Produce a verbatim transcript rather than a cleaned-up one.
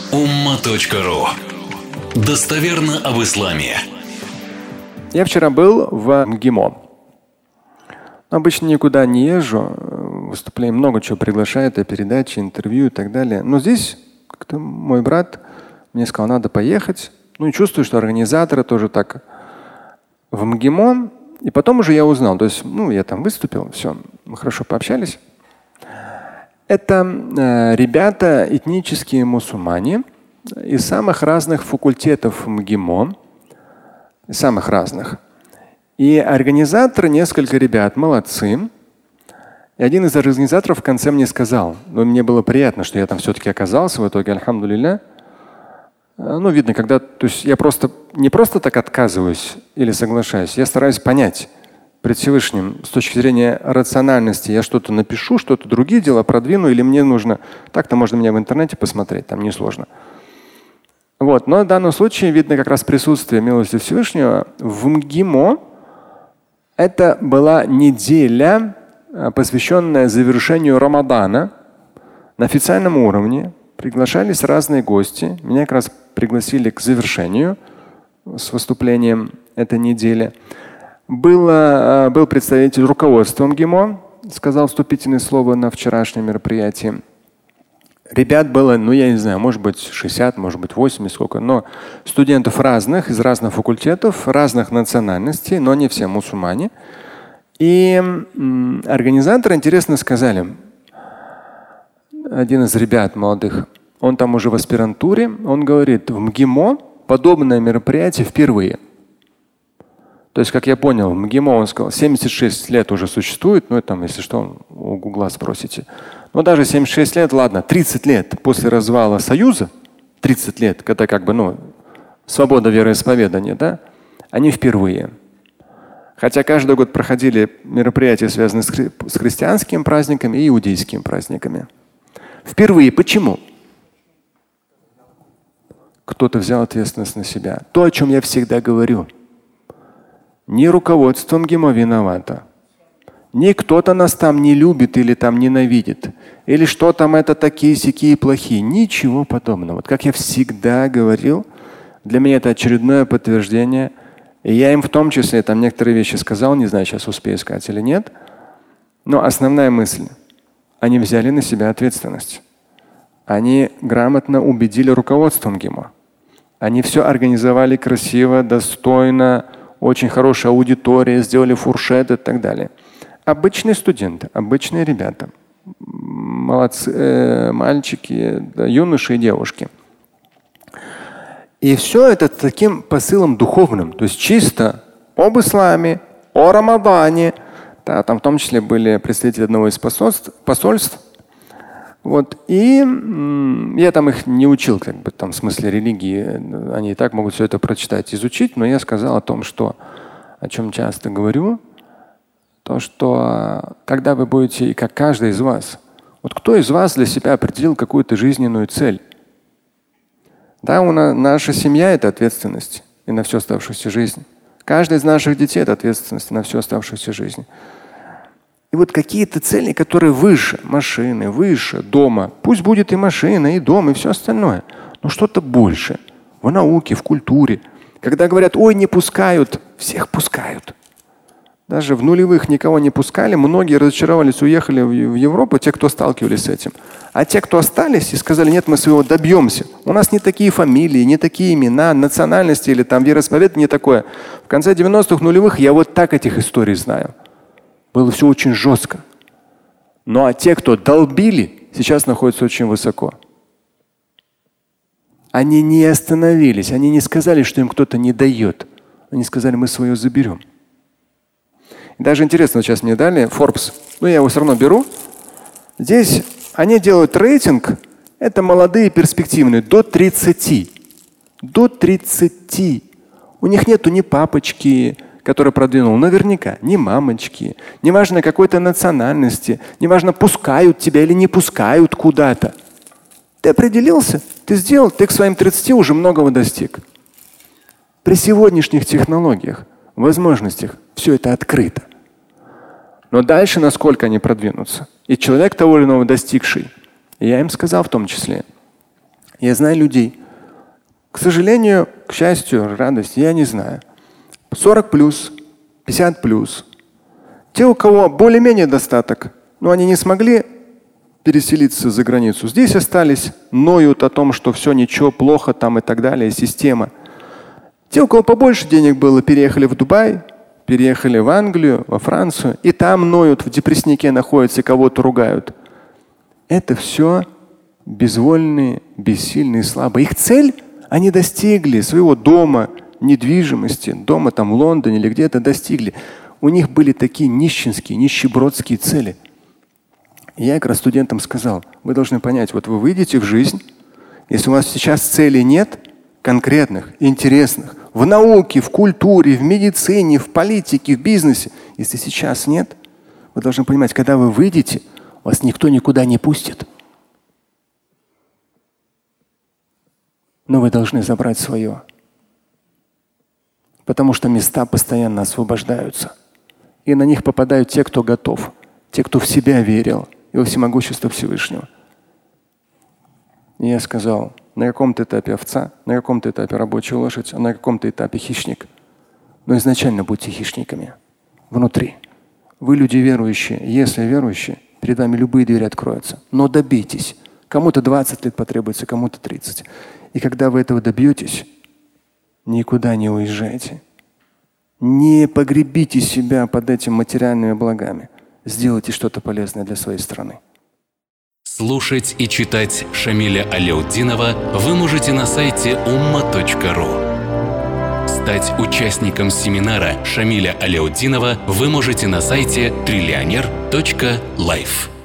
умма точка ру. Достоверно об исламе. Я вчера был в МГИМО. Обычно никуда не езжу. Выступление много чего приглашают, и передачи, интервью и так далее. Но здесь как-то мой брат мне сказал, надо поехать. Ну и чувствую, что организаторы тоже так в МГИМО. И потом уже я узнал. То есть, ну, я там выступил, все, мы хорошо пообщались. Это э, ребята, этнические мусульмане из самых разных факультетов МГИМО. Из самых разных. И организаторы, несколько ребят, молодцы. И один из организаторов в конце мне сказал, ну мне было приятно, что я там все-таки оказался в итоге, альхамдулилля. Ну, видно, когда, то есть я просто не просто так отказываюсь или соглашаюсь, я стараюсь понять пред Всевышним с точки зрения рациональности. Я что-то напишу, что-то другие дела продвину, или мне нужно, так-то можно меня в интернете посмотреть, там несложно. Вот. Но в данном случае видно как раз присутствие милости Всевышнего в МГИМО. Это была неделя, посвященная завершению Рамадана на официальном уровне. Приглашались разные гости. Меня как раз пригласили к завершению с выступлением этой недели. Было, был представитель руководства МГИМО, сказал вступительное слово на вчерашнем мероприятии. Ребят было, ну я не знаю, может быть шестьдесят, может быть восемьдесят, сколько, но студентов разных, из разных факультетов, разных национальностей, но не все мусульмане. И м, организаторы интересно сказали, один из ребят молодых, он там уже в аспирантуре, он говорит, в МГИМО подобное мероприятие впервые. То есть, как я понял, в МГИМО он сказал, семьдесят шесть лет уже существует, ну это там, если что, у Гугла спросите. Но даже семьдесят шесть лет, ладно, тридцать лет после развала Союза, тридцать лет, когда как бы, ну, свобода вероисповедания, да, они впервые. Хотя каждый год проходили мероприятия, связанные с, хри- с христианскими праздниками и иудейскими праздниками. Впервые. Почему? Кто-то взял ответственность на себя. То, о чем я всегда говорю. Не руководство МГИМО виновато. Не кто-то нас там не любит или там ненавидит. Или что там это такие-сякие плохие. Ничего подобного. Вот как я всегда говорил, для меня это очередное подтверждение. И я им в том числе там некоторые вещи сказал, не знаю, сейчас успею сказать или нет. Но основная мысль. Они взяли на себя ответственность. Они грамотно убедили руководство МГИМО. Они все организовали красиво, достойно, очень хорошая аудитория, сделали фуршет и так далее. Обычные студенты, обычные ребята, молодцы, э, мальчики, да, юноши и девушки. И все это таким посылом духовным, то есть чисто об исламе, о Рамадане. Да, там в том числе были представители одного из посольств. посольств. Вот. И м, я там их не учил, как бы там в смысле религии. Они и так могут все это прочитать, изучить. Но я сказал о том, что, о чем часто говорю, то, что когда вы будете, и как каждый из вас, вот кто из вас для себя определил какую-то жизненную цель? Да, у нас, наша семья – это ответственность и на всю оставшуюся жизнь. Каждый из наших детей – это ответственность на всю оставшуюся жизнь. И вот какие-то цели, которые выше машины, выше дома. Пусть будет и машина, и дом, и все остальное. Но что-то больше. В науке, в культуре. Когда говорят, ой, не пускают, всех пускают. Даже в нулевых никого не пускали. Многие разочаровались, уехали в Европу, те, кто сталкивались с этим. А те, кто остались и сказали, нет, мы своего добьемся. У нас не такие фамилии, не такие имена, национальности или там вероисповедание не такое. В конце девяностых, нулевых я вот так этих историй знаю. Было все очень жестко. Ну а те, кто долбили, сейчас находятся очень высоко. Они не остановились, они не сказали, что им кто-то не дает. Они сказали, мы свое заберем. И даже интересно, сейчас мне дали Forbes, ну я его все равно беру. Здесь они делают рейтинг, это молодые перспективные, до тридцати. До тридцати. У них нету ни папочки, который продвинул, наверняка, ни мамочки, неважно какой-то национальности, неважно, пускают тебя или не пускают куда-то. Ты определился, ты сделал, ты к своим тридцати уже многого достиг. При сегодняшних технологиях, возможностях все это открыто. Но дальше, насколько они продвинутся. И человек того или иного достигший, я им сказал в том числе, Я знаю людей. К сожалению, к счастью, радости, я не знаю. сорок плюс, пятьдесят плюс. Те, у кого более-менее достаток, но они не смогли переселиться за границу. Здесь остались, ноют о том, что все ничего, плохо там и так далее, система. Те, у кого побольше денег было, переехали в Дубай, переехали в Англию, во Францию, и там ноют, в депресснике находятся и кого-то ругают. Это все безвольные, бессильные, слабые. Их цель – они достигли своего дома, недвижимости, дома там в Лондоне или где-то достигли. У них были такие нищенские, нищебродские цели. И я как раз студентам сказал, вы должны понять, вот вы выйдете в жизнь, если у вас сейчас целей нет, конкретных, интересных, в науке, в культуре, в медицине, в политике, в бизнесе, если сейчас нет, вы должны понимать, когда вы выйдете, вас никто никуда не пустит. Но вы должны забрать свое. Потому что места постоянно освобождаются. И на них попадают те, кто готов, те, кто в себя верил и во всемогущество Всевышнего. И я сказал, на каком-то этапе овца, на каком-то этапе рабочая лошадь, а на каком-то этапе хищник. Но изначально будьте хищниками. Внутри. Вы люди верующие. Если верующие, перед вами любые двери откроются. Но добейтесь. Кому-то двадцать лет потребуется, кому-то тридцать. И когда вы этого добьетесь, никуда не уезжайте. Не погребите себя под этими материальными благами. Сделайте что-то полезное для своей страны. Слушать и читать Шамиля Аляутдинова вы можете на сайте умма точка ру. Стать участником семинара Шамиля Аляутдинова вы можете на сайте триллионер точка лайф.